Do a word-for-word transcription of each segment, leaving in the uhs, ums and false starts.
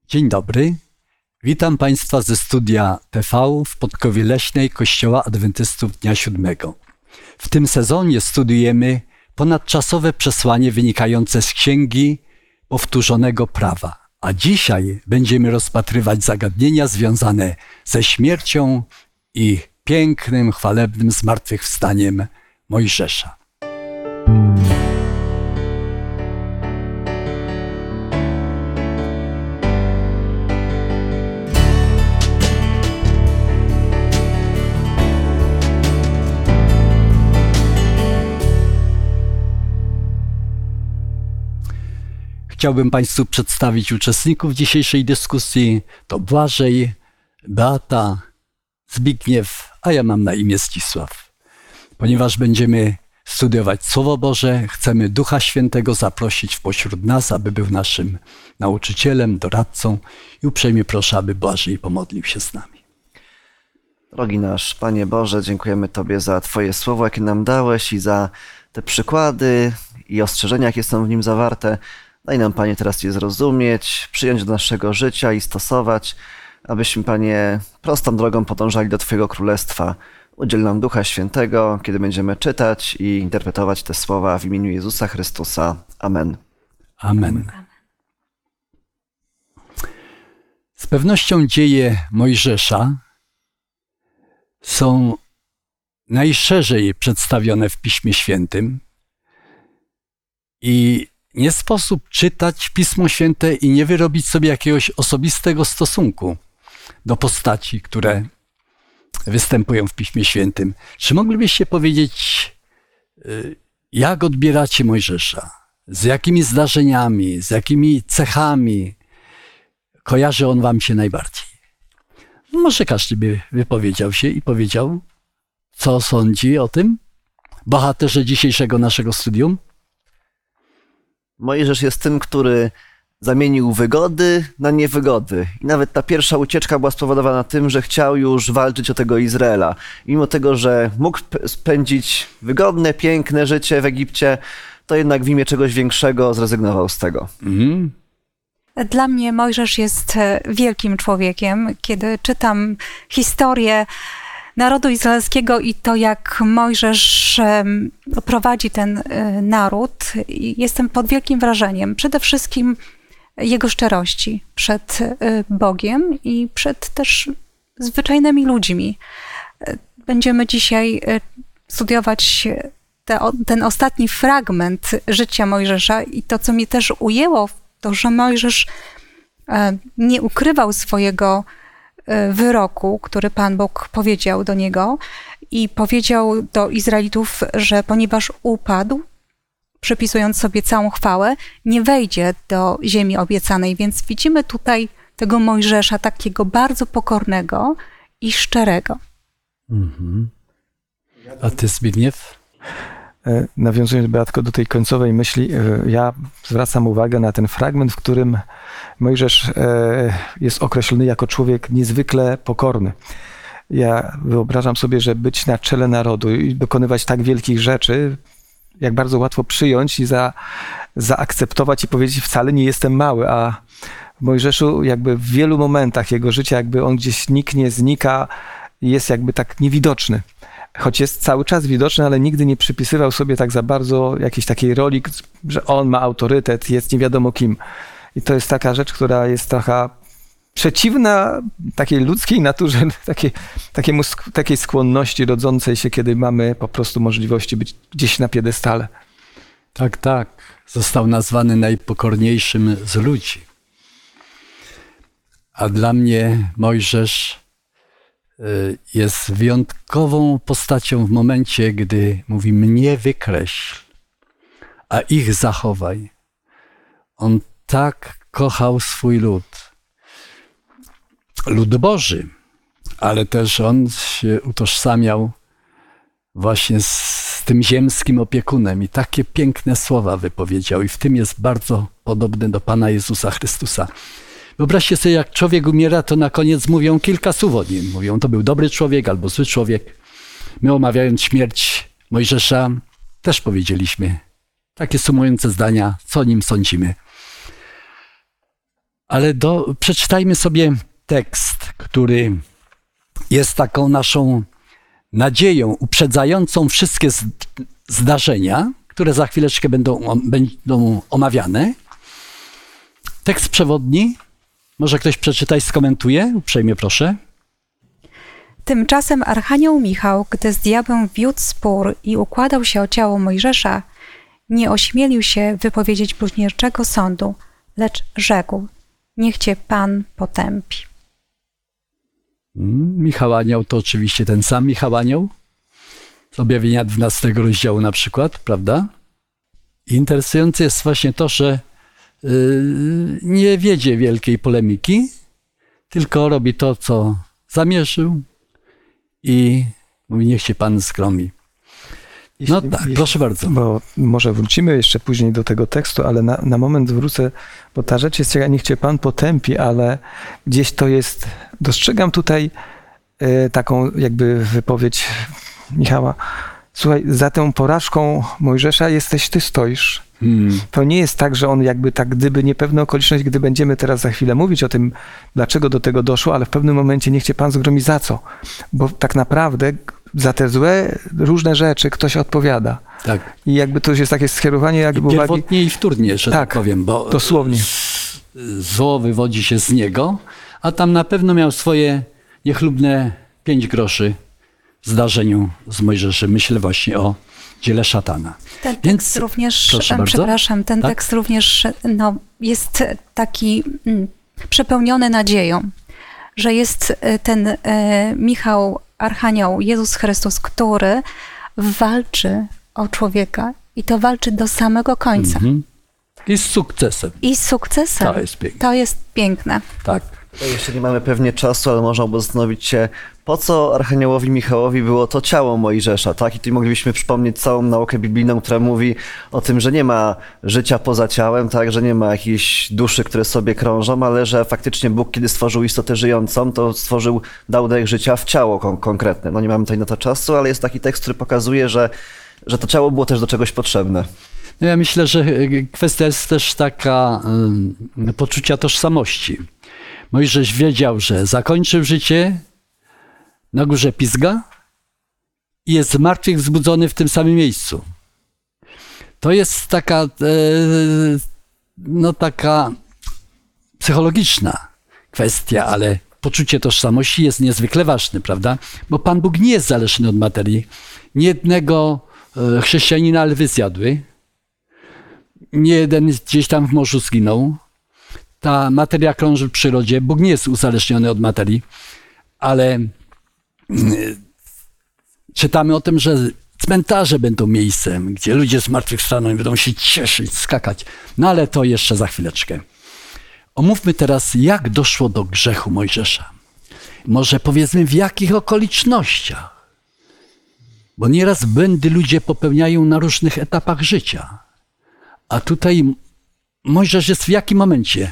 Dzień dobry. Witam Państwa ze studia T V w Podkowie Leśnej Kościoła Adwentystów Dnia Siódmego. W tym sezonie studiujemy ponadczasowe przesłanie wynikające z Księgi Powtórzonego Prawa. A dzisiaj będziemy rozpatrywać zagadnienia związane ze śmiercią i pięknym, chwalebnym zmartwychwstaniem Mojżesza. Chciałbym Państwu przedstawić uczestników dzisiejszej dyskusji. To Błażej, Beata, Zbigniew, a ja mam na imię Zdzisław. Ponieważ będziemy studiować Słowo Boże, chcemy Ducha Świętego zaprosić w pośród nas, aby był naszym nauczycielem, doradcą i uprzejmie proszę, aby Błażej pomodlił się z nami. Drogi nasz Panie Boże, dziękujemy Tobie za Twoje słowo, jakie nam dałeś i za te przykłady i ostrzeżenia, jakie są w nim zawarte. Daj nam, Panie, teraz je zrozumieć, przyjąć do naszego życia i stosować, abyśmy, Panie, prostą drogą podążali do Twojego Królestwa. Udziel nam Ducha Świętego, kiedy będziemy czytać i interpretować te słowa w imieniu Jezusa Chrystusa. Amen. Amen. Z pewnością dzieje Mojżesza są najszerzej przedstawione w Piśmie Świętym i nie sposób czytać Pismo Święte i nie wyrobić sobie jakiegoś osobistego stosunku do postaci, które występują w Piśmie Świętym. Czy moglibyście powiedzieć, jak odbieracie Mojżesza? Z jakimi zdarzeniami, z jakimi cechami kojarzy on wam się najbardziej? Może każdy by wypowiedział się i powiedział, co sądzi o tym bohaterze dzisiejszego naszego studium? Mojżesz jest tym, który zamienił wygody na niewygody. I nawet ta pierwsza ucieczka była spowodowana tym, że chciał już walczyć o tego Izraela. I mimo tego, że mógł spędzić wygodne, piękne życie w Egipcie, to jednak w imię czegoś większego zrezygnował z tego. Mhm. Dla mnie Mojżesz jest wielkim człowiekiem. Kiedy czytam historię narodu izraelskiego i to, jak Mojżesz prowadzi ten naród, jestem pod wielkim wrażeniem. Przede wszystkim jego szczerości przed Bogiem i przed też zwyczajnymi ludźmi. Będziemy dzisiaj studiować te, ten ostatni fragment życia Mojżesza i to, co mnie też ujęło, to, że Mojżesz nie ukrywał swojego wyroku, który Pan Bóg powiedział do niego i powiedział do Izraelitów, że ponieważ upadł, przypisując sobie całą chwałę, nie wejdzie do ziemi obiecanej. Więc widzimy tutaj tego Mojżesza takiego bardzo pokornego i szczerego. Mhm. A ty, Zbigniew? Nawiązując, Beatko, do tej końcowej myśli, ja zwracam uwagę na ten fragment, w którym Mojżesz jest określony jako człowiek niezwykle pokorny. Ja wyobrażam sobie, że być na czele narodu i dokonywać tak wielkich rzeczy, jak bardzo łatwo przyjąć i za, zaakceptować i powiedzieć, wcale nie jestem mały, a w Mojżeszu jakby w wielu momentach jego życia jakby on gdzieś niknie, znika i jest jakby tak niewidoczny. Choć jest cały czas widoczny, ale nigdy nie przypisywał sobie tak za bardzo jakiejś takiej roli, że on ma autorytet, jest nie wiadomo kim. I to jest taka rzecz, która jest trochę przeciwna takiej ludzkiej naturze, takiej, takiemu, takiej skłonności rodzącej się, kiedy mamy po prostu możliwości być gdzieś na piedestale. Tak, tak. Został nazwany najpokorniejszym z ludzi. A dla mnie Mojżesz jest wyjątkową postacią w momencie, gdy mówi mnie wykreśl, a ich zachowaj. On tak kochał swój lud. Lud Boży, ale też on się utożsamiał właśnie z tym ziemskim opiekunem i takie piękne słowa wypowiedział i w tym jest bardzo podobny do Pana Jezusa Chrystusa. Wyobraźcie sobie, jak człowiek umiera, to na koniec mówią kilka słów o nim. Mówią, to był dobry człowiek albo zły człowiek. My omawiając śmierć Mojżesza też powiedzieliśmy takie sumujące zdania, co o nim sądzimy. Ale do, przeczytajmy sobie tekst, który jest taką naszą nadzieją uprzedzającą wszystkie zdarzenia, które za chwileczkę będą, będą omawiane. Tekst przewodni. Może ktoś przeczyta i skomentuje? Uprzejmie proszę. Tymczasem archanioł Michał, gdy z diabłem wiódł spór i układał się o ciało Mojżesza, nie ośmielił się wypowiedzieć bluźnierczego sądu, lecz rzekł: niech cię Pan potępi. Michał Anioł to oczywiście ten sam Michał Anioł z objawienia dwunastego rozdziału na przykład, prawda? I interesujące jest właśnie to, że yy, nie wiedzie wielkiej polemiki, tylko robi to, co zamierzył i mówi: niech cię Pan zgromi. No Jeśli, tak, jeśli, proszę bardzo. Bo może wrócimy jeszcze później do tego tekstu, ale na, na moment wrócę, bo ta rzecz jest ciekawa, niech cię Pan potępi, ale gdzieś to jest, dostrzegam tutaj e, taką jakby wypowiedź Michała. Słuchaj, za tą porażką Mojżesza jesteś ty, stoisz. Hmm. To nie jest tak, że on jakby tak, gdyby niepewna okoliczność, gdy będziemy teraz za chwilę mówić o tym, dlaczego do tego doszło, ale w pewnym momencie niech cię Pan zgromi za co? Bo tak naprawdę za te złe różne rzeczy ktoś odpowiada. Tak. I jakby to jest takie skierowanie jakby I uwagi... pierwotnie i wtórnie, że tak, tak powiem, bo dosłownie. Zło wywodzi się z niego, a tam na pewno miał swoje niechlubne pięć groszy w zdarzeniu z Mojżeszem. Myślę właśnie o dziele szatana. Ten Więc, tekst również, proszę bardzo. przepraszam, ten tak? tekst również no, jest taki mm, przepełniony nadzieją, że jest ten e, Michał Archanioł, Jezus Chrystus, który walczy o człowieka i to walczy do samego końca. Mm-hmm. I z sukcesem. I z sukcesem. To jest piękne. To jest piękne. Tak. To jeszcze nie mamy pewnie czasu, ale można by zastanowić się, po co Archaniołowi Michałowi było to ciało Mojżesza, tak? I tu moglibyśmy przypomnieć całą naukę biblijną, która mówi o tym, że nie ma życia poza ciałem, tak? Że nie ma jakichś duszy, które sobie krążą, ale że faktycznie Bóg, kiedy stworzył istotę żyjącą, to stworzył, dał dech życia w ciało kon- konkretne. No nie mamy tutaj na to czasu, ale jest taki tekst, który pokazuje, że, że to ciało było też do czegoś potrzebne. No ja myślę, że kwestia jest też taka um, poczucia tożsamości. Mojżesz wiedział, że zakończył życie na górze Pisga i jest zmartwychwzbudzony w tym samym miejscu. To jest taka, e, no taka psychologiczna kwestia, ale poczucie tożsamości jest niezwykle ważne, prawda? Bo Pan Bóg nie jest zależny od materii. Nie jednego e, chrześcijanina lwy zjadły. Nie jeden gdzieś tam w morzu zginął. Ta materia krąży w przyrodzie. Bóg nie jest uzależniony od materii, ale czytamy o tym, że cmentarze będą miejscem, gdzie ludzie zmartwychwstaną i będą się cieszyć, skakać. No ale to jeszcze za chwileczkę. Omówmy teraz, jak doszło do grzechu Mojżesza. Może powiedzmy, w jakich okolicznościach. Bo nieraz błędy ludzie popełniają na różnych etapach życia. A tutaj Mojżesz jest w jakim momencie?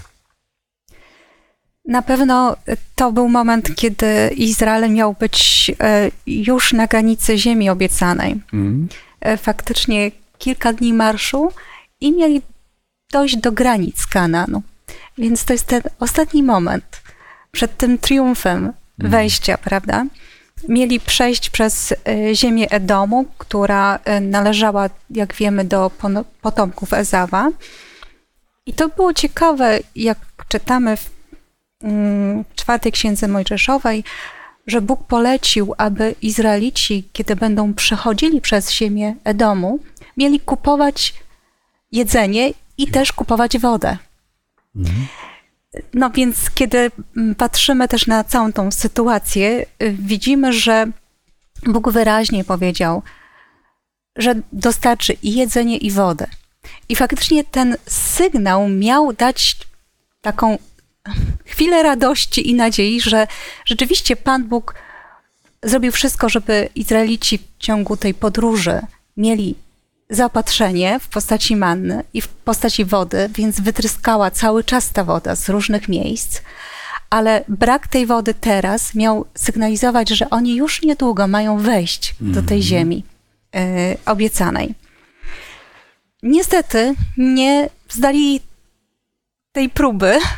Na pewno to był moment, kiedy Izrael miał być już na granicy ziemi obiecanej. Mm. Faktycznie kilka dni marszu i mieli dojść do granic Kanaanu. Więc to jest ten ostatni moment przed tym triumfem wejścia, mm. prawda? Mieli przejść przez ziemię Edomu, która należała, jak wiemy, do potomków Ezawa. I to było ciekawe, jak czytamy w czwartej księdze Mojżeszowej, że Bóg polecił, aby Izraelici, kiedy będą przechodzili przez ziemię Edomu, mieli kupować jedzenie i też kupować wodę. Mhm. No więc kiedy patrzymy też na całą tą sytuację, widzimy, że Bóg wyraźnie powiedział, że dostarczy i jedzenie, i wodę. I faktycznie ten sygnał miał dać taką chwilę radości i nadziei, że rzeczywiście Pan Bóg zrobił wszystko, żeby Izraelici w ciągu tej podróży mieli zaopatrzenie w postaci manny i w postaci wody, więc wytryskała cały czas ta woda z różnych miejsc, ale brak tej wody teraz miał sygnalizować, że oni już niedługo mają wejść mm. do tej ziemi y, obiecanej. Niestety nie zdali tej próby,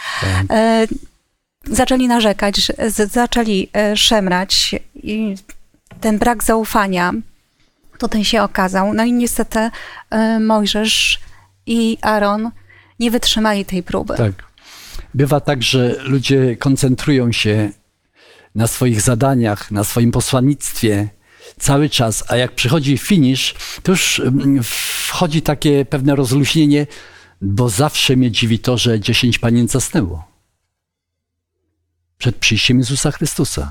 Tak. E, zaczęli narzekać, z, zaczęli e, szemrać i ten brak zaufania tutaj się okazał. No i niestety e, Mojżesz i Aaron nie wytrzymali tej próby. Tak. Bywa tak, że ludzie koncentrują się na swoich zadaniach, na swoim posłannictwie cały czas, a jak przychodzi finisz, to już wchodzi takie pewne rozluźnienie, bo zawsze mnie dziwi to, że dziesięć panien zasnęło przed przyjściem Jezusa Chrystusa.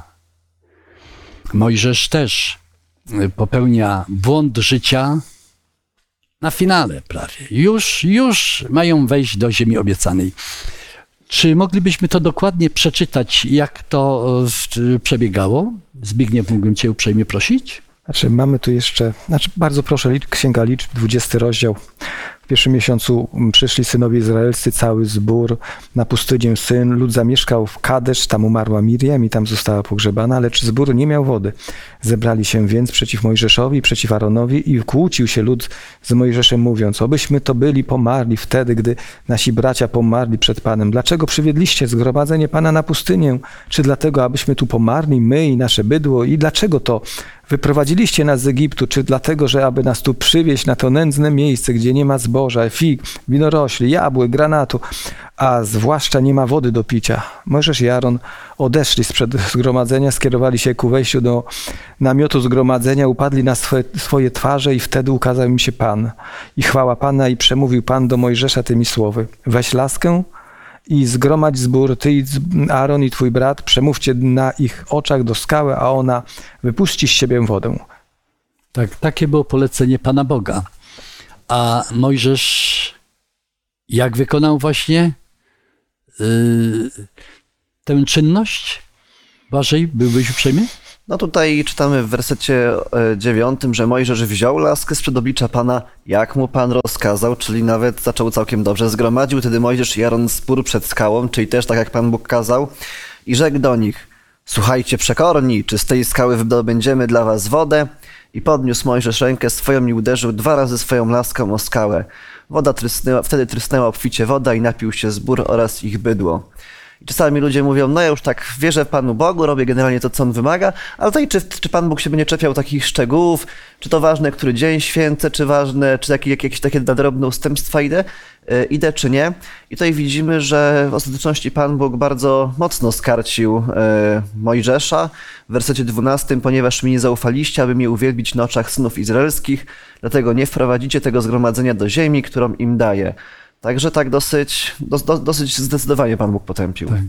Mojżesz też popełnia błąd życia na finale prawie. Już, już mają wejść do ziemi obiecanej. Czy moglibyśmy to dokładnie przeczytać, jak to przebiegało? Zbigniew, mógłbym cię uprzejmie prosić? Znaczy, mamy tu jeszcze, znaczy bardzo proszę, Księga Liczb, dwudziesty rozdział. W pierwszym miesiącu przyszli synowie izraelscy, cały zbór na pustynię syn. Lud zamieszkał w Kadesz, tam umarła Miriam i tam została pogrzebana, lecz zbór nie miał wody. Zebrali się więc przeciw Mojżeszowi, przeciw Aaronowi i kłócił się lud z Mojżeszem, mówiąc: obyśmy to byli pomarli wtedy, gdy nasi bracia pomarli przed Panem. Dlaczego przywiedliście zgromadzenie Pana na pustynię? Czy dlatego, abyśmy tu pomarli, my i nasze bydło? I dlaczego to wyprowadziliście nas z Egiptu? Czy dlatego, że aby nas tu przywieźć na to nędzne miejsce, gdzie nie ma zboża, fig, winorośli, jabłek, granatu, a zwłaszcza nie ma wody do picia? Mojżesz i Aaron odeszli sprzed zgromadzenia, skierowali się ku wejściu do namiotu zgromadzenia, upadli na swoje, swoje twarze i wtedy ukazał im się Pan. I chwała Pana, i przemówił Pan do Mojżesza tymi słowy: weź laskę i zgromadź zbór, ty i Aaron i twój brat, przemówcie na ich oczach do skały, a ona wypuści z siebie wodę. Tak, takie było polecenie Pana Boga. A Mojżesz jak wykonał właśnie yy, tę czynność? Błażej, byłbyś uprzejmy? No tutaj czytamy w wersecie dziewiątym, że Mojżesz wziął laskę sprzed oblicza Pana, jak mu Pan rozkazał, czyli nawet zaczął całkiem dobrze. Zgromadził wtedy Mojżesz i Aaron spór przed skałą, czyli też tak jak Pan Bóg kazał, i rzekł do nich: słuchajcie przekorni, czy z tej skały wydobędziemy dla was wodę? I podniósł Mojżesz rękę swoją i uderzył dwa razy swoją laską o skałę. Woda trysnęła, wtedy trysnęła obficie woda i napił się zbór oraz ich bydło. I czasami ludzie mówią: no ja już tak wierzę w Panu Bogu, robię generalnie to, co On wymaga, ale tutaj czy, czy Pan Bóg się będzie czepiał takich szczegółów, czy to ważne, który dzień święcę, czy ważne, czy jakieś, jakieś takie nadrobne ustępstwa idę, yy, idę, czy nie. I tutaj widzimy, że w ostateczności Pan Bóg bardzo mocno skarcił yy, Mojżesza w wersecie dwunastym: ponieważ mi nie zaufaliście, aby mnie uwielbić na oczach synów izraelskich, dlatego nie wprowadzicie tego zgromadzenia do ziemi, którą im daję. Także tak dosyć, do, do, dosyć zdecydowanie Pan Bóg potępił. Tak.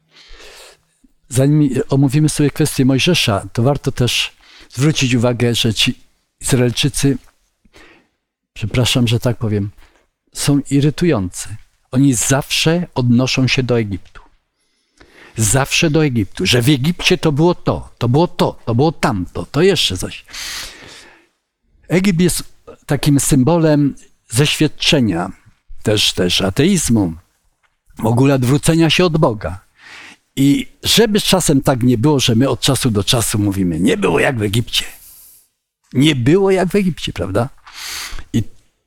Zanim omówimy sobie kwestię Mojżesza, to warto też zwrócić uwagę, że ci Izraelczycy, przepraszam, że tak powiem, są irytujący. Oni zawsze odnoszą się do Egiptu. Zawsze do Egiptu. Że w Egipcie to było to, to było to, to było tamto, to jeszcze coś. Egipt jest takim symbolem zeświadczenia, też, też ateizmu, w ogóle odwrócenia się od Boga. I żeby czasem tak nie było, że my od czasu do czasu mówimy: nie było jak w Egipcie. Nie było jak w Egipcie, prawda? I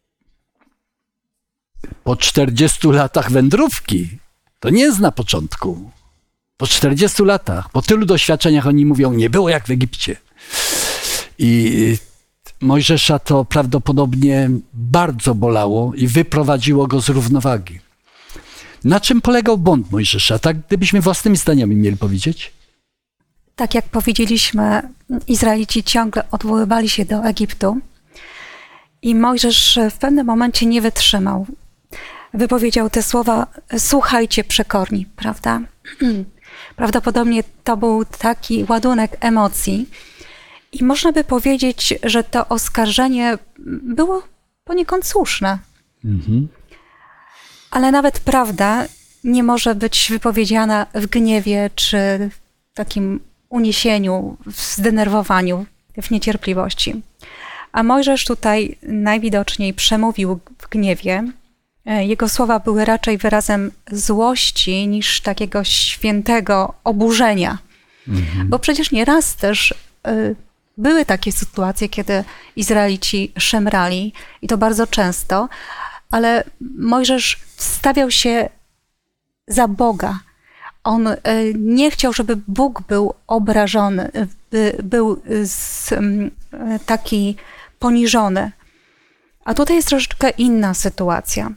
po czterdziestu latach wędrówki, to nie jest na początku. Po czterdziestu latach, po tylu doświadczeniach oni mówią: nie było jak w Egipcie. I Mojżesza to prawdopodobnie bardzo bolało i wyprowadziło go z równowagi. Na czym polegał błąd Mojżesza? Tak, gdybyśmy własnymi zdaniami mieli powiedzieć? Tak jak powiedzieliśmy, Izraelici ciągle odwoływali się do Egiptu i Mojżesz w pewnym momencie nie wytrzymał. Wypowiedział te słowa: słuchajcie przekorni, prawda? Prawdopodobnie to był taki ładunek emocji. I można by powiedzieć, że to oskarżenie było poniekąd słuszne. Mhm. Ale nawet prawda nie może być wypowiedziana w gniewie czy w takim uniesieniu, w zdenerwowaniu, w niecierpliwości. A Mojżesz tutaj najwidoczniej przemówił w gniewie. Jego słowa były raczej wyrazem złości niż takiego świętego oburzenia. Mhm. Bo przecież nieraz też y, były takie sytuacje, kiedy Izraelici szemrali i to bardzo często, ale Mojżesz stawiał się za Boga. On y, nie chciał, żeby Bóg był obrażony, by, był z, y, taki poniżony. A tutaj jest troszeczkę inna sytuacja.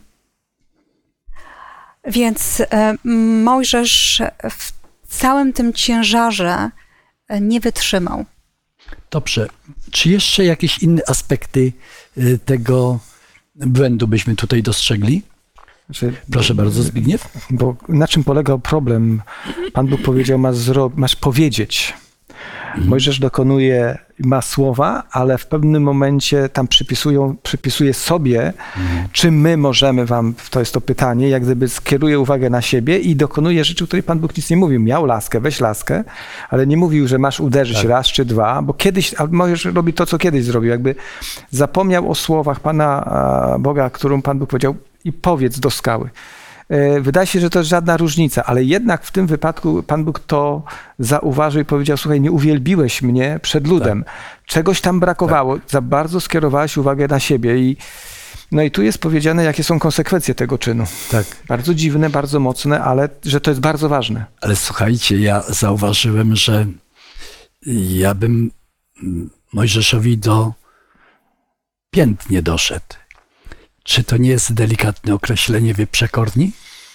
Więc y, Mojżesz w całym tym ciężarze y, nie wytrzymał. Dobrze. Czy jeszcze jakieś inne aspekty y, tego błędu byśmy tutaj dostrzegli? Znaczy, Proszę bardzo, Zbigniew. Bo na czym polegał problem? Pan Bóg powiedział, masz, zro- masz powiedzieć. Mhm. Mojżesz dokonuje, ma słowa, ale w pewnym momencie tam przypisują, przypisuje sobie, mhm. czy my możemy wam, to jest to pytanie, jak gdyby skieruje uwagę na siebie i dokonuje rzeczy, o której Pan Bóg nic nie mówił. Miał laskę, weź laskę, ale nie mówił, że masz uderzyć tak. raz czy dwa, bo kiedyś, a Mojżesz robi to, co kiedyś zrobił. Jakby zapomniał o słowach Pana Boga, którą Pan Bóg powiedział, i powiedz do skały. Wydaje się, że to jest żadna różnica, ale jednak w tym wypadku Pan Bóg to zauważył i powiedział, słuchaj, nie uwielbiłeś mnie przed ludem. Tak. Czegoś tam brakowało. Tak. Za bardzo skierowałeś uwagę na siebie. I, no i tu jest powiedziane, jakie są konsekwencje tego czynu. Tak. Bardzo dziwne, bardzo mocne, ale że to jest bardzo ważne. Ale słuchajcie, ja zauważyłem, że ja bym Mojżeszowi do pięt nie doszedł. Czy to nie jest delikatne określenie, wy przekorni?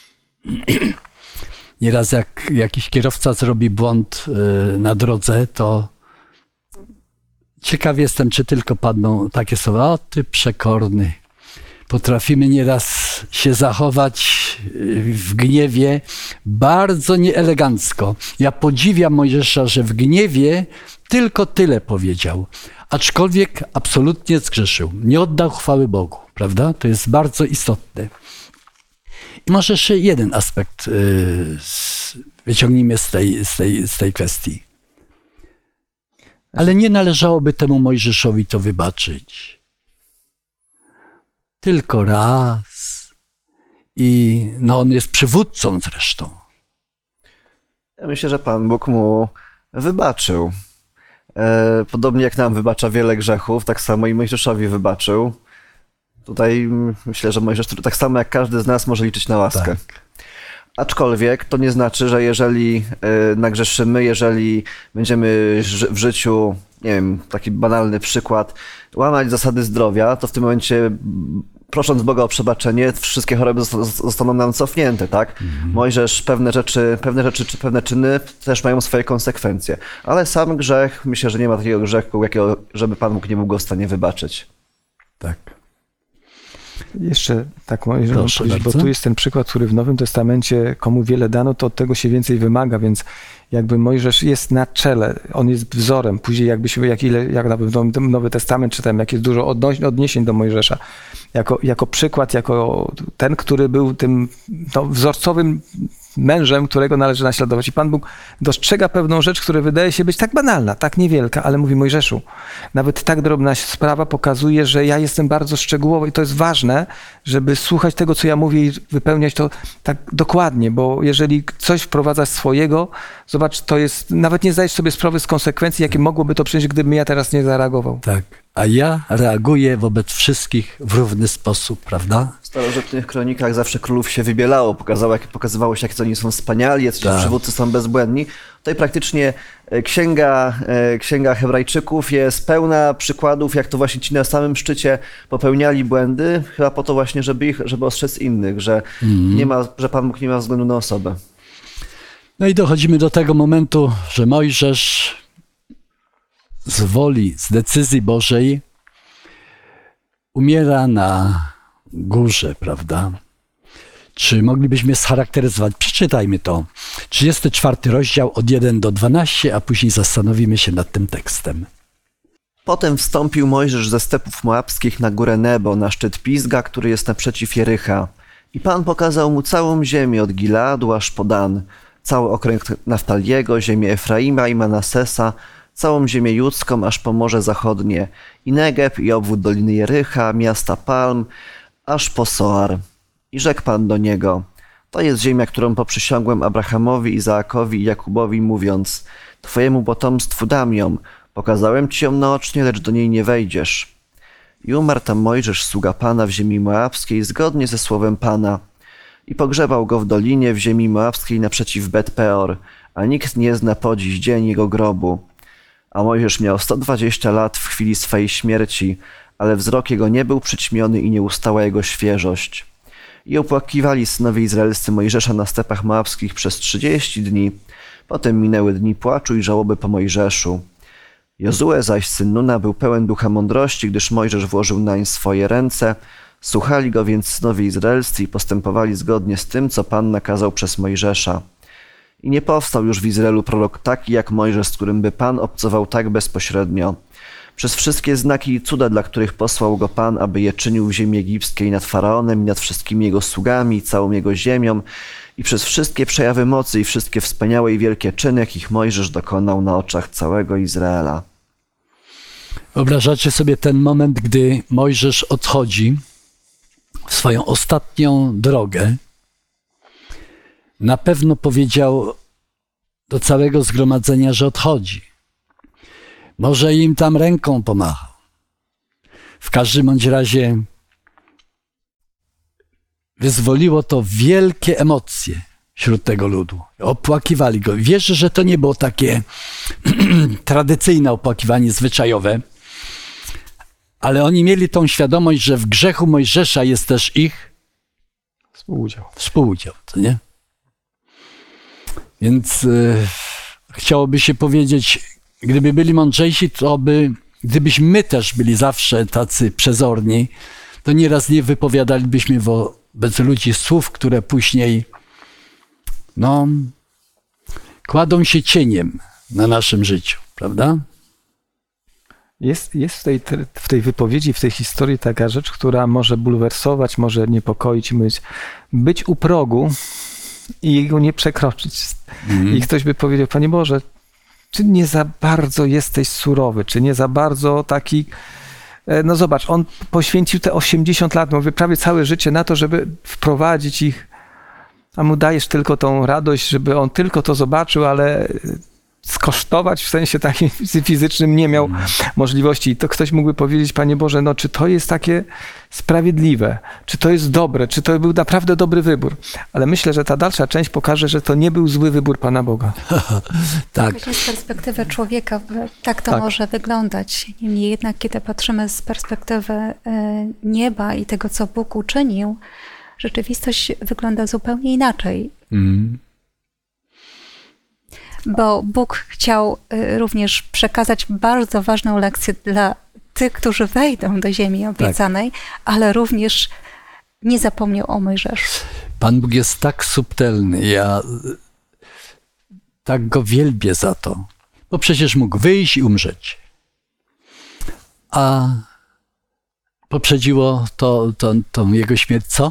Nieraz jak jakiś kierowca zrobi błąd na drodze, to ciekaw jestem, czy tylko padną takie słowa, o ty przekorny. Potrafimy nieraz się zachować w gniewie bardzo nieelegancko. Ja podziwiam Mojżesza, że w gniewie tylko tyle powiedział. Aczkolwiek absolutnie zgrzeszył. Nie oddał chwały Bogu, prawda? To jest bardzo istotne. I może jeszcze jeden aspekt yy, wyciągnijmy z tej, z, tej, z tej kwestii. Ale nie należałoby temu Mojżeszowi to wybaczyć. Tylko raz. I no on jest przywódcą zresztą. Ja myślę, że Pan Bóg mu wybaczył. Podobnie jak nam wybacza wiele grzechów, tak samo i Mojżeszowi wybaczył. Tutaj myślę, że Mojżesz tak samo jak każdy z nas może liczyć na łaskę. Tak. Aczkolwiek to nie znaczy, że jeżeli nagrzeszymy, jeżeli będziemy w życiu, nie wiem, taki banalny przykład, łamać zasady zdrowia, to w tym momencie, prosząc Boga o przebaczenie, wszystkie choroby zostaną nam cofnięte, tak? Mhm. Mojżesz, pewne rzeczy, pewne rzeczy czy pewne czyny też mają swoje konsekwencje. Ale sam grzech, myślę, że nie ma takiego grzechu, jakiego, żeby Pan Bóg nie był go w stanie wybaczyć. Tak. Jeszcze tak może powiedzieć, bo tu jest ten przykład, który w Nowym Testamencie, komu wiele dano, to od tego się więcej wymaga, więc jakby Mojżesz jest na czele, on jest wzorem. Później jakbyśmy, jak ile, jak nawet Nowy Testament czytałem, jak jest dużo odniesień do Mojżesza, jako, jako przykład, jako ten, który był tym no, wzorcowym mężem, którego należy naśladować. I Pan Bóg dostrzega pewną rzecz, która wydaje się być tak banalna, tak niewielka, ale mówi Mojżeszu, nawet tak drobna sprawa pokazuje, że ja jestem bardzo szczegółowy i to jest ważne, żeby słuchać tego, co ja mówię i wypełniać to tak dokładnie, bo jeżeli coś wprowadzasz swojego, zobacz, to jest, nawet nie zdajesz sobie sprawy z konsekwencji, jakie mogłoby to przynieść, gdybym ja teraz nie zareagował. Tak, a ja reaguję wobec wszystkich w równy sposób, prawda? W starożytnych kronikach zawsze królów się wybielało, pokazało, jak, pokazywało się, jak oni są wspaniali, jacyś tak. przywódcy są bezbłędni. Tutaj praktycznie księga, księga Hebrajczyków jest pełna przykładów, jak to właśnie ci na samym szczycie popełniali błędy, chyba po to właśnie, żeby ich, żeby ostrzec innych, że, mm. nie ma, że Pan Bóg nie ma względu na osobę. No i dochodzimy do tego momentu, że Mojżesz z woli, z decyzji Bożej umiera na górze, prawda? Czy moglibyśmy scharakteryzować? Przeczytajmy to. trzydziesty czwarty rozdział od pierwszego do dwunastego, a później zastanowimy się nad tym tekstem. Potem wstąpił Mojżesz ze stepów moabskich na górę Nebo, na szczyt Pisga, który jest naprzeciw Jericha. I Pan pokazał mu całą ziemię od Giladu aż po Dan, cały okręg Naftaliego, ziemię Efraima i Manasesa, całą ziemię judzką aż po Morze Zachodnie, i Negeb, i obwód Doliny Jericha, miasta Palm, aż po Soar. I rzekł Pan do niego, to jest ziemia, którą poprzysiągłem Abrahamowi, Izaakowi i Jakubowi, mówiąc, twojemu potomstwu dam ją, pokazałem ci ją naocznie, lecz do niej nie wejdziesz. I umarł tam Mojżesz, sługa Pana, w ziemi moabskiej, zgodnie ze słowem Pana. i pogrzebał go w dolinie w ziemi moabskiej naprzeciw Bet-peor, a nikt nie zna po dziś dzień jego grobu. A Mojżesz miał sto dwadzieścia lat w chwili swej śmierci, ale wzrok jego nie był przyćmiony i nie ustała jego świeżość. I opłakiwali synowie izraelscy Mojżesza na stepach moabskich przez trzydzieści dni. Potem minęły dni płaczu i żałoby po Mojżeszu. Jozue zaś, syn Nuna, był pełen ducha mądrości, gdyż Mojżesz włożył nań swoje ręce. Słuchali go więc synowie izraelscy i postępowali zgodnie z tym, co Pan nakazał przez Mojżesza. I nie powstał już w Izraelu prorok taki jak Mojżesz, z którym by Pan obcował tak bezpośrednio. Przez wszystkie znaki i cuda, dla których posłał go Pan, aby je czynił w ziemi egipskiej nad Faraonem i nad wszystkimi jego sługami i całą jego ziemią, i przez wszystkie przejawy mocy i wszystkie wspaniałe i wielkie czyny, jakich Mojżesz dokonał na oczach całego Izraela. Wyobrażacie sobie ten moment, gdy Mojżesz odchodzi w swoją ostatnią drogę. Na pewno powiedział do całego zgromadzenia, że odchodzi. Może im tam ręką pomachał. W każdym bądź razie wyzwoliło to wielkie emocje wśród tego ludu. Opłakiwali go. Wierzę, że to nie było takie tradycyjne opłakiwanie zwyczajowe, ale oni mieli tą świadomość, że w grzechu Mojżesza jest też ich Współudział. Współudział, co nie? Więc y, chciałoby się powiedzieć, gdyby byli mądrzejsi, to by, gdybyśmy my też byli zawsze tacy przezorni, to nieraz nie wypowiadalibyśmy wobec ludzi słów, które później no, kładą się cieniem na naszym życiu, prawda? Jest, jest w, tej, w tej wypowiedzi, w tej historii taka rzecz, która może bulwersować, może niepokoić, mówić, być u progu i go nie przekroczyć. Mm. I ktoś by powiedział, Panie Boże, czy nie za bardzo jesteś surowy, czy nie za bardzo taki... No zobacz, on poświęcił te osiemdziesiąt lat, mówię, prawie całe życie na to, żeby wprowadzić ich, a mu dajesz tylko tą radość, żeby on tylko to zobaczył, ale skosztować w sensie takim fizycznym nie miał możliwości. I to ktoś mógłby powiedzieć, Panie Boże, no czy to jest takie sprawiedliwe, czy to jest dobre, czy to był naprawdę dobry wybór. Ale myślę, że ta dalsza część pokaże, że to nie był zły wybór Pana Boga. Tak. Z perspektywy człowieka tak to Tak. może wyglądać. Niemniej jednak, kiedy patrzymy z perspektywy nieba i tego, co Bóg uczynił, rzeczywistość wygląda zupełnie inaczej. Mm. Bo Bóg chciał również przekazać bardzo ważną lekcję dla tych, którzy wejdą do ziemi obiecanej, tak. Ale również nie zapomniał o Mojżeszu. Pan Bóg jest tak subtelny, ja tak go wielbię za to, bo przecież mógł wyjść i umrzeć. A poprzedziło to, to, tą jego śmierć co?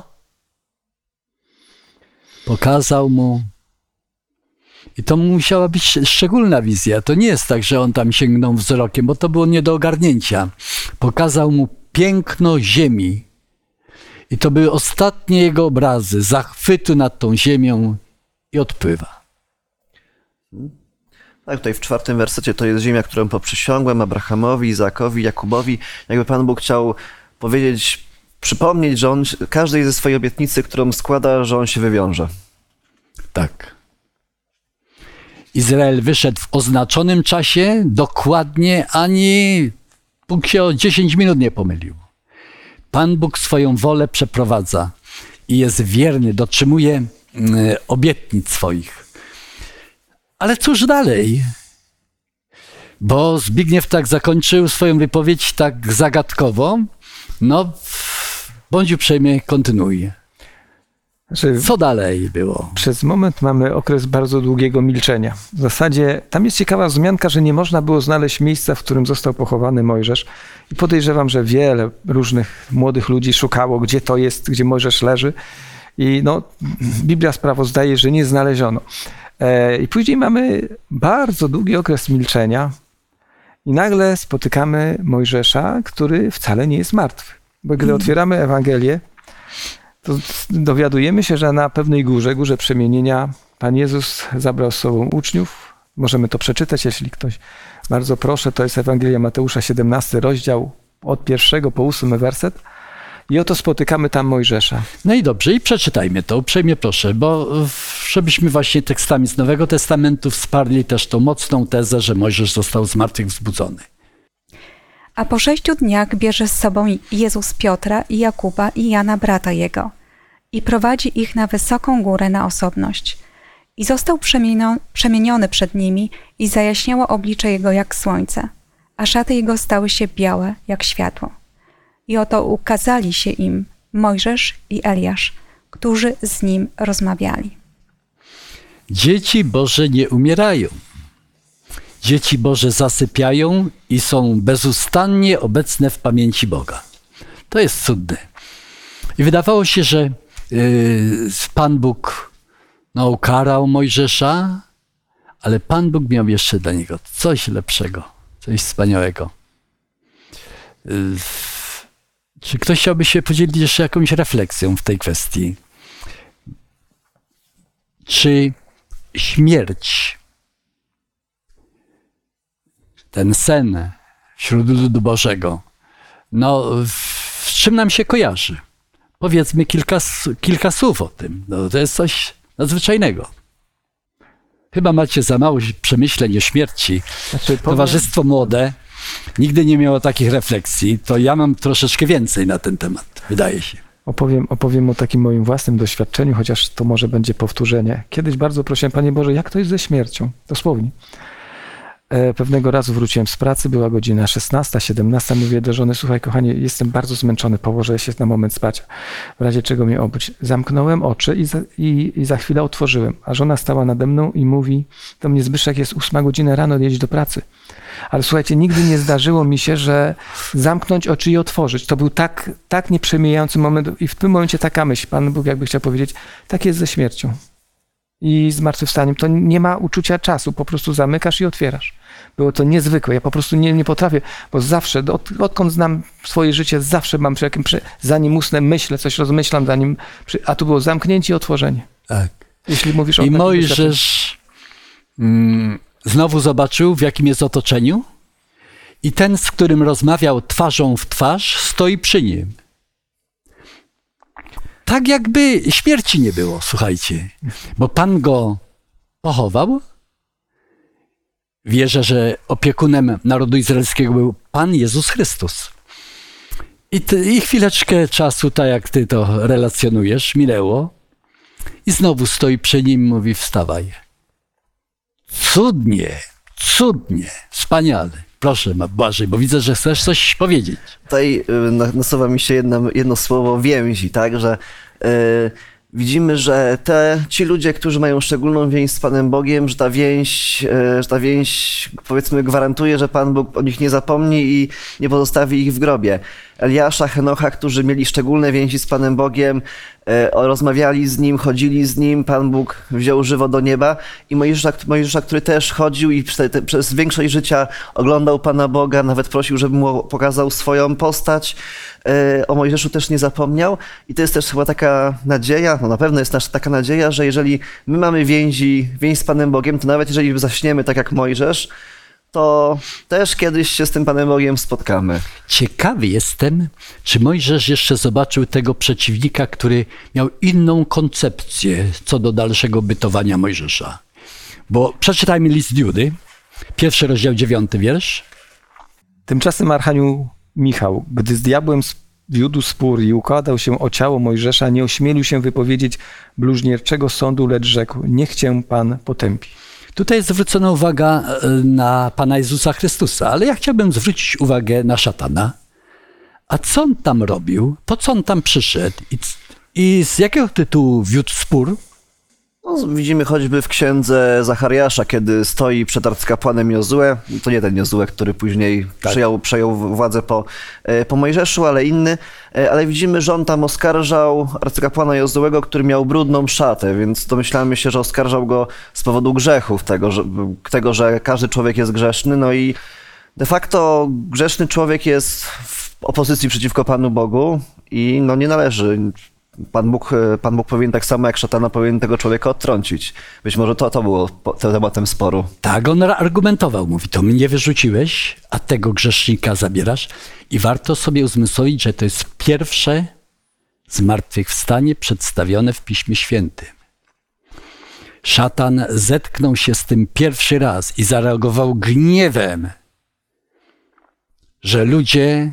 Pokazał mu. I to musiała być szczególna wizja. To nie jest tak, że on tam sięgnął wzrokiem, bo to było nie do ogarnięcia. Pokazał mu piękno ziemi. I to były ostatnie jego obrazy, zachwytu nad tą ziemią i odpływa. Tak, tutaj w czwartym wersecie to jest ziemia, którą poprzysiągłem Abrahamowi, Izakowi, Jakubowi. Jakby Pan Bóg chciał powiedzieć, przypomnieć, że on każdej ze swojej obietnicy, którą składa, że on się wywiąże. Tak. Izrael wyszedł w oznaczonym czasie, dokładnie, ani Bóg się o dziesięć minut nie pomylił. Pan Bóg swoją wolę przeprowadza i jest wierny, dotrzymuje obietnic swoich. Ale cóż dalej? Bo Zbigniew tak zakończył swoją wypowiedź tak zagadkowo. No, bądź uprzejmy, kontynuuj. Znaczy, Co dalej było? Przez moment mamy okres bardzo długiego milczenia. W zasadzie tam jest ciekawa wzmianka, że nie można było znaleźć miejsca, w którym został pochowany Mojżesz. I podejrzewam, że wiele różnych młodych ludzi szukało, gdzie to jest, gdzie Mojżesz leży. I no, Biblia sprawozdaje, że nie znaleziono. E, I później mamy bardzo długi okres milczenia i nagle spotykamy Mojżesza, który wcale nie jest martwy. Bo gdy otwieramy Ewangelię, to dowiadujemy się, że na pewnej górze, górze przemienienia, Pan Jezus zabrał z sobą uczniów. Możemy to przeczytać, jeśli ktoś bardzo proszę. To jest Ewangelia Mateusza, siedemnasty rozdział, od pierwszego po ósmy werset. I oto spotykamy tam Mojżesza. No i dobrze, i przeczytajmy to, uprzejmie proszę, bo żebyśmy właśnie tekstami z Nowego Testamentu wsparli też tą mocną tezę, że Mojżesz został zmartwychwzbudzony. A po sześciu dniach bierze z sobą Jezus Piotra i Jakuba i Jana, brata jego, i prowadzi ich na wysoką górę na osobność. I został przemienio- przemieniony przed nimi i zajaśniało oblicze jego jak słońce, a szaty jego stały się białe jak światło. I oto ukazali się im Mojżesz i Eliasz, którzy z nim rozmawiali. Dzieci Boże nie umierają. Dzieci Boże zasypiają i są bezustannie obecne w pamięci Boga. To jest cudne. I wydawało się, że yy, Pan Bóg no, ukarał Mojżesza, ale Pan Bóg miał jeszcze dla niego coś lepszego, coś wspaniałego. Yy, czy ktoś chciałby się podzielić jeszcze jakąś refleksją w tej kwestii? Czy śmierć, ten sen wśród ludu Bożego, no z czym nam się kojarzy? Powiedzmy kilka, kilka słów o tym. No, to jest coś nadzwyczajnego. Chyba macie za mało przemyśleń o śmierci. Znaczy, Towarzystwo młode nigdy nie miało takich refleksji. To ja mam troszeczkę więcej na ten temat, wydaje się. Opowiem, opowiem o takim moim własnym doświadczeniu, chociaż to może będzie powtórzenie. Kiedyś bardzo prosiłem, Panie Boże, jak to jest ze śmiercią? Dosłownie. E, pewnego razu wróciłem z pracy, była godzina szesnasta, siedemnasta. Mówię do żony, słuchaj kochanie, jestem bardzo zmęczony, położę się na moment spać. W razie czego mnie obudź. Zamknąłem oczy i za, i, i za chwilę otworzyłem. A żona stała nade mną i mówi do mnie, Zbyszek, jest ósma godzina rano, jedź do pracy. Ale słuchajcie, nigdy nie zdarzyło mi się, że zamknąć oczy i otworzyć. To był tak, tak nieprzemijający moment i w tym momencie taka myśl, Pan Bóg jakby chciał powiedzieć, tak jest ze śmiercią i zmartwychwstaniem. To nie ma uczucia czasu, po prostu zamykasz i otwierasz. Było to niezwykłe, ja po prostu nie, nie potrafię, bo zawsze, od, odkąd znam swoje życie, zawsze mam, przy jakim, przy, zanim usnę, myślę, coś rozmyślam, zanim, przy, a tu było zamknięcie i otworzenie. Tak. Jeśli mówisz o I takim Mojżesz mm, znowu zobaczył, w jakim jest otoczeniu i ten, z którym rozmawiał twarzą w twarz, stoi przy nim. Tak jakby śmierci nie było, słuchajcie, bo Pan go pochował. Wierzę, że opiekunem narodu izraelskiego był Pan Jezus Chrystus. I, ty, I chwileczkę czasu, tak jak ty to relacjonujesz, minęło i znowu stoi przy nim i mówi, wstawaj. Cudnie, cudnie, wspaniale. Proszę, Błażej, bo widzę, że chcesz coś powiedzieć. Tutaj nasuwa mi się jedno, jedno słowo więzi, tak, że yy, widzimy, że te, ci ludzie, którzy mają szczególną więź z Panem Bogiem, że ta więź, yy, że ta więź powiedzmy gwarantuje, że Pan Bóg o nich nie zapomni i nie pozostawi ich w grobie. Eliasza, Henocha, którzy mieli szczególne więzi z Panem Bogiem, e, rozmawiali z Nim, chodzili z Nim, Pan Bóg wziął żywo do nieba i Mojżesza, Mojżesza który też chodził i przez, te, przez większość życia oglądał Pana Boga, nawet prosił, żeby mu pokazał swoją postać. E, o Mojżeszu też nie zapomniał i to jest też chyba taka nadzieja, no na pewno jest nasza taka nadzieja, że jeżeli my mamy więzi, więź z Panem Bogiem, to nawet jeżeli zaśniemy tak jak Mojżesz, to też kiedyś się z tym Panem Bogiem spotkamy. Ciekawy jestem, czy Mojżesz jeszcze zobaczył tego przeciwnika, który miał inną koncepcję co do dalszego bytowania Mojżesza. Bo przeczytajmy list Judy, pierwszy rozdział, dziewiąty wiersz. Tymczasem Archanioł Michał, gdy z diabłem wiódł spór i układał się o ciało Mojżesza, nie ośmielił się wypowiedzieć bluźnierczego sądu, lecz rzekł, niech cię Pan potępi. Tutaj jest zwrócona uwaga na Pana Jezusa Chrystusa, ale ja chciałbym zwrócić uwagę na szatana. A co on tam robił? Po co on tam przyszedł? I, i z jakiego tytułu wiódł spór? No, widzimy choćby w księdze Zachariasza, kiedy stoi przed arcykapłanem Jozue. To nie ten Jozue, który później tak. przejął, przejął władzę po, po Mojżeszu, ale inny. Ale widzimy, że on tam oskarżał arcykapłana Jozuego, który miał brudną szatę, więc domyślamy się, że oskarżał go z powodu grzechów, tego że, tego, że każdy człowiek jest grzeszny. No i de facto grzeszny człowiek jest w opozycji przeciwko Panu Bogu i no nie należy... Pan Bóg, Pan Bóg powinien tak samo jak szatana powinien tego człowieka odtrącić. Być może to, to było tematem sporu. Tak, on argumentował, mówi, to mnie wyrzuciłeś, a tego grzesznika zabierasz. I warto sobie uzmysłowić, że to jest pierwsze zmartwychwstanie przedstawione w Piśmie Świętym. Szatan zetknął się z tym pierwszy raz i zareagował gniewem, że ludzie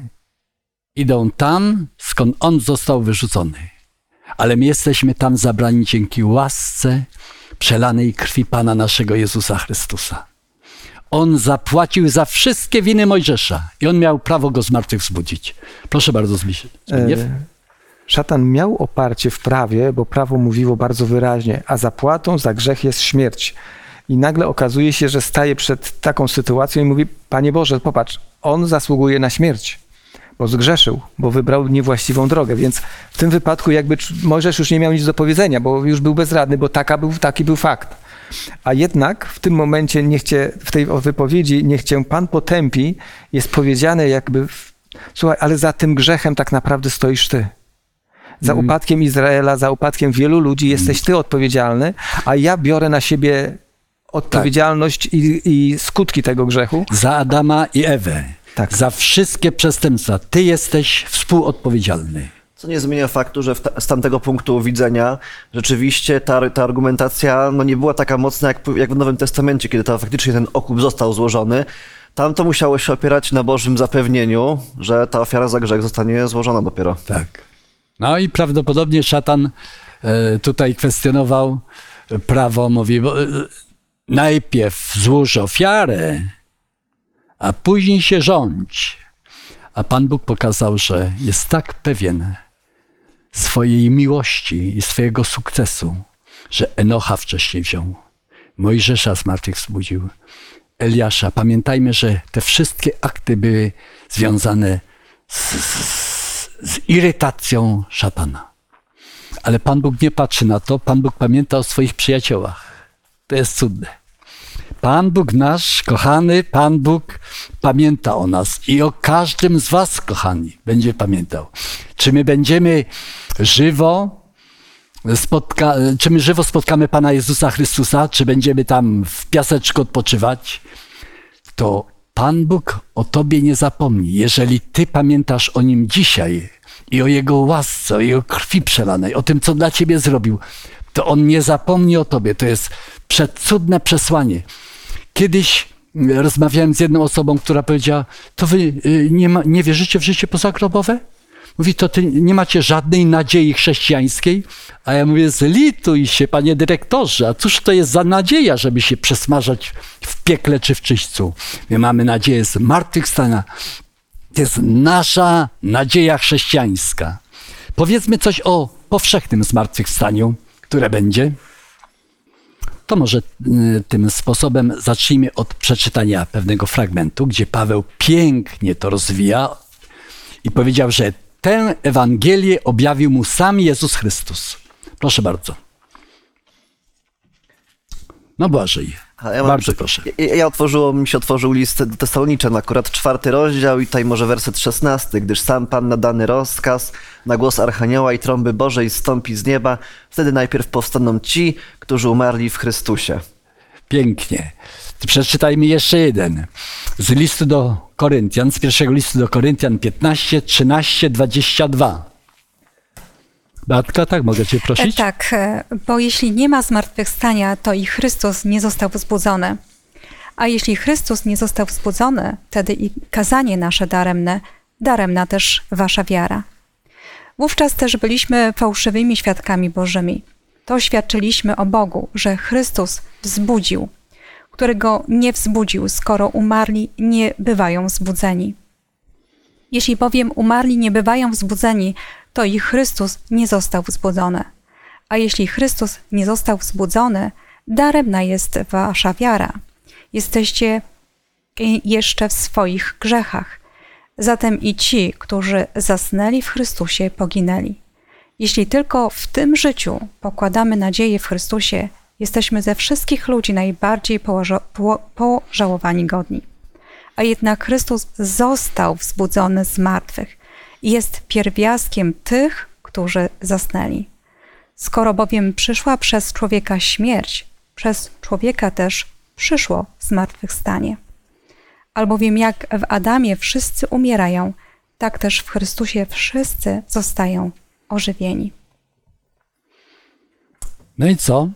idą tam, skąd on został wyrzucony. Ale my jesteśmy tam zabrani dzięki łasce przelanej krwi Pana naszego Jezusa Chrystusa. On zapłacił za wszystkie winy Mojżesza i on miał prawo go zmartwychwzbudzić. Proszę bardzo, Zbigniew. E, szatan miał oparcie w prawie, bo prawo mówiło bardzo wyraźnie, a zapłatą za grzech jest śmierć. I nagle okazuje się, że staje przed taką sytuacją i mówi: Panie Boże, popatrz, on zasługuje na śmierć, bo zgrzeszył, bo wybrał niewłaściwą drogę. Więc w tym wypadku jakby Mojżesz już nie miał nic do powiedzenia, bo już był bezradny, bo taka był, taki był fakt. A jednak w tym momencie, niech cię, w tej wypowiedzi, niech cię Pan potępi, jest powiedziane jakby, słuchaj, ale za tym grzechem tak naprawdę stoisz ty. Za mm. upadkiem Izraela, za upadkiem wielu ludzi jesteś ty odpowiedzialny, a ja biorę na siebie odpowiedzialność tak. i, i skutki tego grzechu. Za Adama i Ewę. Tak. Za wszystkie przestępstwa. Ty jesteś współodpowiedzialny. Co nie zmienia faktu, że ta, z tamtego punktu widzenia rzeczywiście ta, ta argumentacja no, nie była taka mocna jak, jak w Nowym Testamencie, kiedy to faktycznie ten okup został złożony. Tam to musiało się opierać na Bożym zapewnieniu, że ta ofiara za grzech zostanie złożona dopiero. Tak. No i prawdopodobnie szatan e, tutaj kwestionował prawo, mówi, bo, e, najpierw złóż ofiarę, a później się rządź. A Pan Bóg pokazał, że jest tak pewien swojej miłości i swojego sukcesu, że Enocha wcześniej wziął, Mojżesza zmartwychwzbudził, Eliasza. Pamiętajmy, że te wszystkie akty były związane z, z, z irytacją szatana. Ale Pan Bóg nie patrzy na to, Pan Bóg pamięta o swoich przyjaciołach. To jest cudne. Pan Bóg nasz, kochany Pan Bóg pamięta o nas i o każdym z was, kochani, będzie pamiętał. Czy my będziemy żywo spotka, czy my żywo spotkamy Pana Jezusa Chrystusa, czy będziemy tam w piaseczku odpoczywać, to Pan Bóg o tobie nie zapomni. Jeżeli ty pamiętasz o Nim dzisiaj i o Jego łasce, o Jego krwi przelanej, o tym, co dla ciebie zrobił, to On nie zapomni o tobie. To jest przecudne przesłanie. Kiedyś rozmawiałem z jedną osobą, która powiedziała: to wy nie, ma, nie wierzycie w życie pozagrobowe? Mówi: to ty nie macie żadnej nadziei chrześcijańskiej? A ja mówię: zlituj się, panie dyrektorze, a cóż to jest za nadzieja, żeby się przesmażać w piekle czy w czyśćcu? My mamy nadzieję zmartwychwstania. To jest nasza nadzieja chrześcijańska. Powiedzmy coś o powszechnym zmartwychwstaniu, które będzie. To może tym sposobem zacznijmy od przeczytania pewnego fragmentu, gdzie Paweł pięknie to rozwija i powiedział, że tę Ewangelię objawił mu sam Jezus Chrystus. Proszę bardzo. No Błażej, ja mam, bardzo proszę. Ja, ja otworzyło, mi się otworzył list do Tesaloniczan, akurat czwarty rozdział i tutaj może werset szesnasty. Gdyż sam Pan na dany rozkaz, na głos Archanioła i trąby Bożej zstąpi z nieba, wtedy najpierw powstaną ci, którzy umarli w Chrystusie. Pięknie. Przeczytajmy jeszcze jeden. Z listu do Koryntian, z pierwszego listu do Koryntian piętnaście, trzynaście, dwadzieścia dwa. Beatka, tak, mogę cię prosić? Tak, bo jeśli nie ma zmartwychwstania, to i Chrystus nie został wzbudzony. A jeśli Chrystus nie został wzbudzony, wtedy i kazanie nasze daremne, daremna też wasza wiara. Wówczas też byliśmy fałszywymi świadkami Bożymi. To świadczyliśmy o Bogu, że Chrystus wzbudził, którego nie wzbudził, skoro umarli nie bywają wzbudzeni. Jeśli bowiem umarli nie bywają wzbudzeni, to i Chrystus nie został wzbudzony. A jeśli Chrystus nie został wzbudzony, daremna jest wasza wiara. Jesteście jeszcze w swoich grzechach. Zatem i ci, którzy zasnęli w Chrystusie, poginęli. Jeśli tylko w tym życiu pokładamy nadzieję w Chrystusie, jesteśmy ze wszystkich ludzi najbardziej poża- po- pożałowani godni. A jednak Chrystus został wzbudzony z martwych i jest pierwiastkiem tych, którzy zasnęli. Skoro bowiem przyszła przez człowieka śmierć, przez człowieka też przyszło zmartwychwstanie. Albowiem jak w Adamie wszyscy umierają, tak też w Chrystusie wszyscy zostają ożywieni. No i co?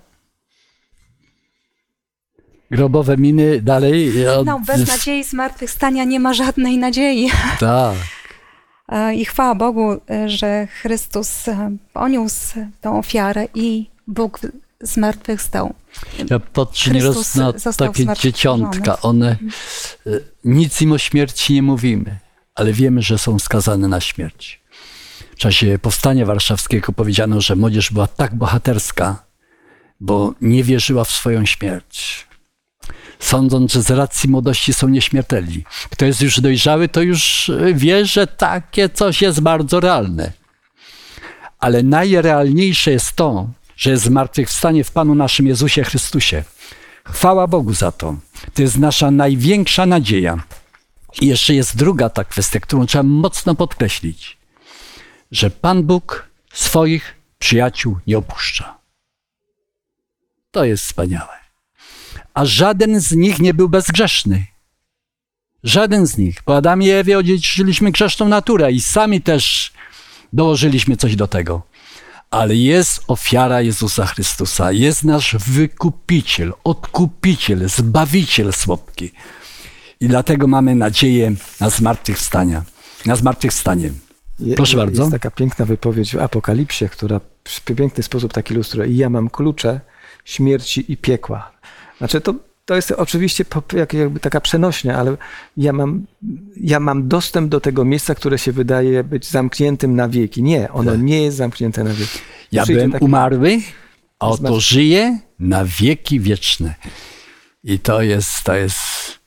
Grobowe miny dalej. No, bez nadziei zmartwychwstania nie ma żadnej nadziei. Tak. I chwała Bogu, że Chrystus poniósł tą ofiarę i Bóg zmartwychwstał. Ja patrzę nieraz na takie dzieciątka. One, nic im o śmierci nie mówimy, ale wiemy, że są skazane na śmierć. W czasie Powstania Warszawskiego powiedziano, że młodzież była tak bohaterska, bo nie wierzyła w swoją śmierć. Sądząc, że z racji młodości są nieśmiertelni. Kto jest już dojrzały, to już wie, że takie coś jest bardzo realne. Ale najrealniejsze jest to, że jest zmartwychwstanie w Panu naszym Jezusie Chrystusie. Chwała Bogu za to. To jest nasza największa nadzieja. I jeszcze jest druga ta kwestia, którą trzeba mocno podkreślić. Że Pan Bóg swoich przyjaciół nie opuszcza. To jest wspaniałe. A żaden z nich nie był bezgrzeszny. Żaden z nich. Po Adamie i Ewie odziedziczyliśmy grzeszną naturę i sami też dołożyliśmy coś do tego. Ale jest ofiara Jezusa Chrystusa. Jest nasz wykupiciel, odkupiciel, zbawiciel słodki. I dlatego mamy nadzieję na zmartwychwstanie. Na zmartwychwstanie. Proszę Je, bardzo. Jest taka piękna wypowiedź w Apokalipsie, która w piękny sposób tak ilustruje. I ja mam klucze śmierci i piekła. Znaczy to, to jest oczywiście jakby taka przenośnia, ale ja mam, ja mam dostęp do tego miejsca, które się wydaje być zamkniętym na wieki. Nie, ono tak. nie jest zamknięte na wieki. Ja Przyjdzie byłem taki... umarły, a oto żyję na wieki wieczne. I to jest, to jest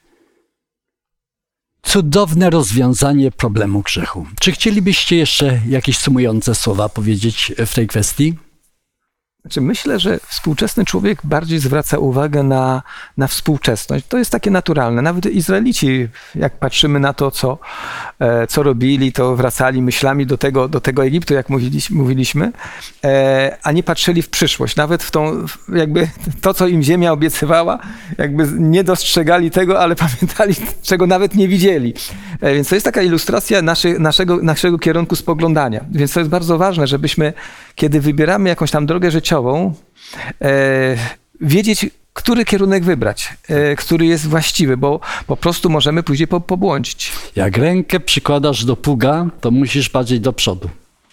cudowne rozwiązanie problemu grzechu. Czy chcielibyście jeszcze jakieś sumujące słowa powiedzieć w tej kwestii? Znaczy myślę, że współczesny człowiek bardziej zwraca uwagę na, na współczesność. To jest takie naturalne. Nawet Izraelici, jak patrzymy na to, co, e, co robili, to wracali myślami do tego, do tego Egiptu, jak mówiliśmy, mówiliśmy e, a nie patrzyli w przyszłość. Nawet w tą, jakby to, co im ziemia obiecywała, jakby nie dostrzegali tego, ale pamiętali, czego nawet nie widzieli. E, więc to jest taka ilustracja naszy, naszego, naszego kierunku spoglądania. Więc to jest bardzo ważne, żebyśmy, kiedy wybieramy jakąś tam drogę życiową, E, wiedzieć, który kierunek wybrać, e, który jest właściwy, bo po prostu możemy później po, pobłądzić. Jak rękę przykładasz do pługa, to musisz patrzeć do przodu.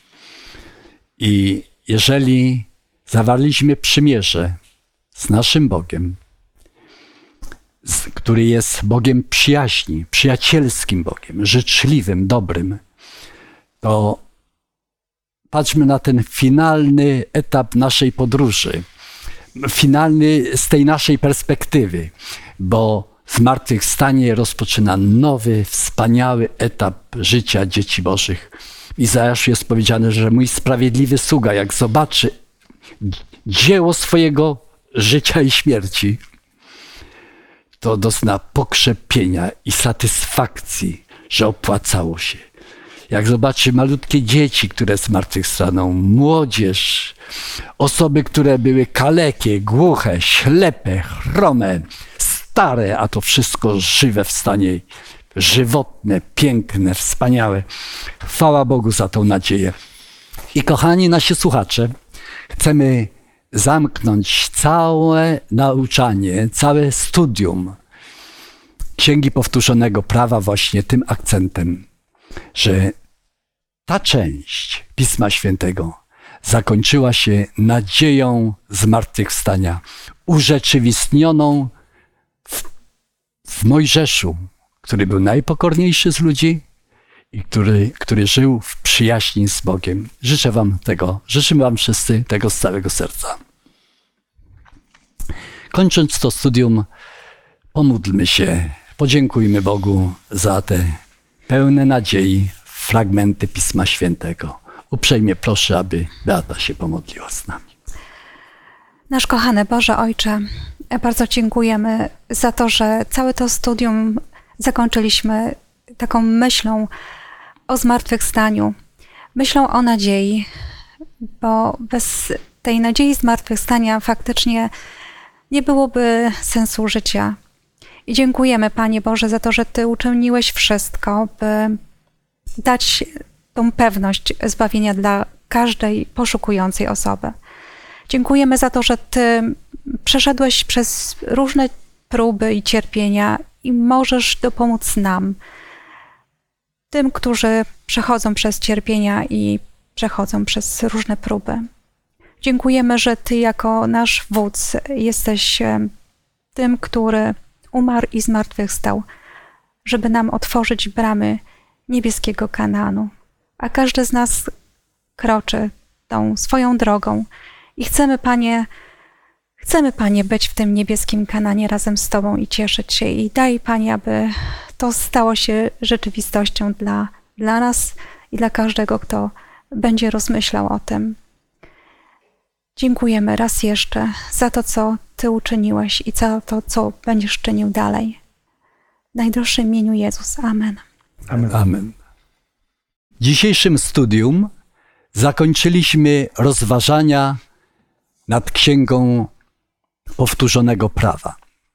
I jeżeli zawarliśmy przymierze z naszym Bogiem, z, który jest Bogiem przyjaźni, przyjacielskim Bogiem, życzliwym, dobrym, to patrzmy na ten finalny etap naszej podróży, finalny z tej naszej perspektywy, bo zmartwychwstanie rozpoczyna nowy, wspaniały etap życia dzieci Bożych. W Izajaszu jest powiedziane, że mój sprawiedliwy sługa, jak zobaczy dzieło swojego życia i śmierci, to dozna pokrzepienia i satysfakcji, że opłacało się. Jak zobaczy malutkie dzieci, które zmartwychwstaną, młodzież, osoby, które były kalekie, głuche, ślepe, chrome, stare, a to wszystko żywe w stanie, żywotne, piękne, wspaniałe. Chwała Bogu za tą nadzieję. I kochani nasi słuchacze, chcemy zamknąć całe nauczanie, całe studium Księgi Powtórzonego Prawa właśnie tym akcentem, że ta część Pisma Świętego zakończyła się nadzieją zmartwychwstania, urzeczywistnioną w, w Mojżeszu, który był najpokorniejszy z ludzi i który, który żył w przyjaźni z Bogiem. Życzę wam tego, życzymy wam wszyscy tego z całego serca. Kończąc to studium, pomódlmy się, podziękujmy Bogu za te pełne nadziei fragmenty Pisma Świętego. Uprzejmie proszę, aby Beata się pomodliła z nami. Nasz kochany Boże Ojcze, bardzo dziękujemy za to, że całe to studium zakończyliśmy taką myślą o zmartwychwstaniu, myślą o nadziei, bo bez tej nadziei zmartwychwstania faktycznie nie byłoby sensu życia. I dziękujemy, Panie Boże, za to, że Ty uczyniłeś wszystko, by dać tą pewność zbawienia dla każdej poszukującej osoby. Dziękujemy za to, że Ty przeszedłeś przez różne próby i cierpienia i możesz dopomóc nam, tym, którzy przechodzą przez cierpienia i przechodzą przez różne próby. Dziękujemy, że Ty jako nasz wódz jesteś tym, który umarł i zmartwychwstał, żeby nam otworzyć bramy niebieskiego Kanaanu. A każdy z nas kroczy tą swoją drogą i chcemy, Panie, chcemy, Panie, być w tym niebieskim Kanaanie razem z Tobą i cieszyć się. I daj, Panie, aby to stało się rzeczywistością dla, dla nas i dla każdego, kto będzie rozmyślał o tym. Dziękujemy raz jeszcze za to, co Ty uczyniłeś i za to, co będziesz czynił dalej. W najdroższym imieniu Jezus. Amen. Amen. Amen. W dzisiejszym studium zakończyliśmy rozważania nad Księgą Powtórzonego Prawa.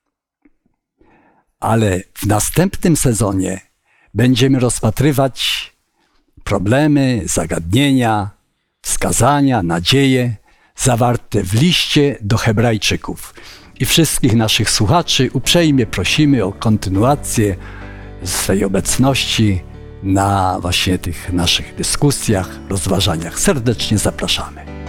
Ale w następnym sezonie będziemy rozpatrywać problemy, zagadnienia, wskazania, nadzieje zawarte w liście do Hebrajczyków. I wszystkich naszych słuchaczy uprzejmie prosimy o kontynuację swej obecności na właśnie tych naszych dyskusjach, rozważaniach. Serdecznie zapraszamy.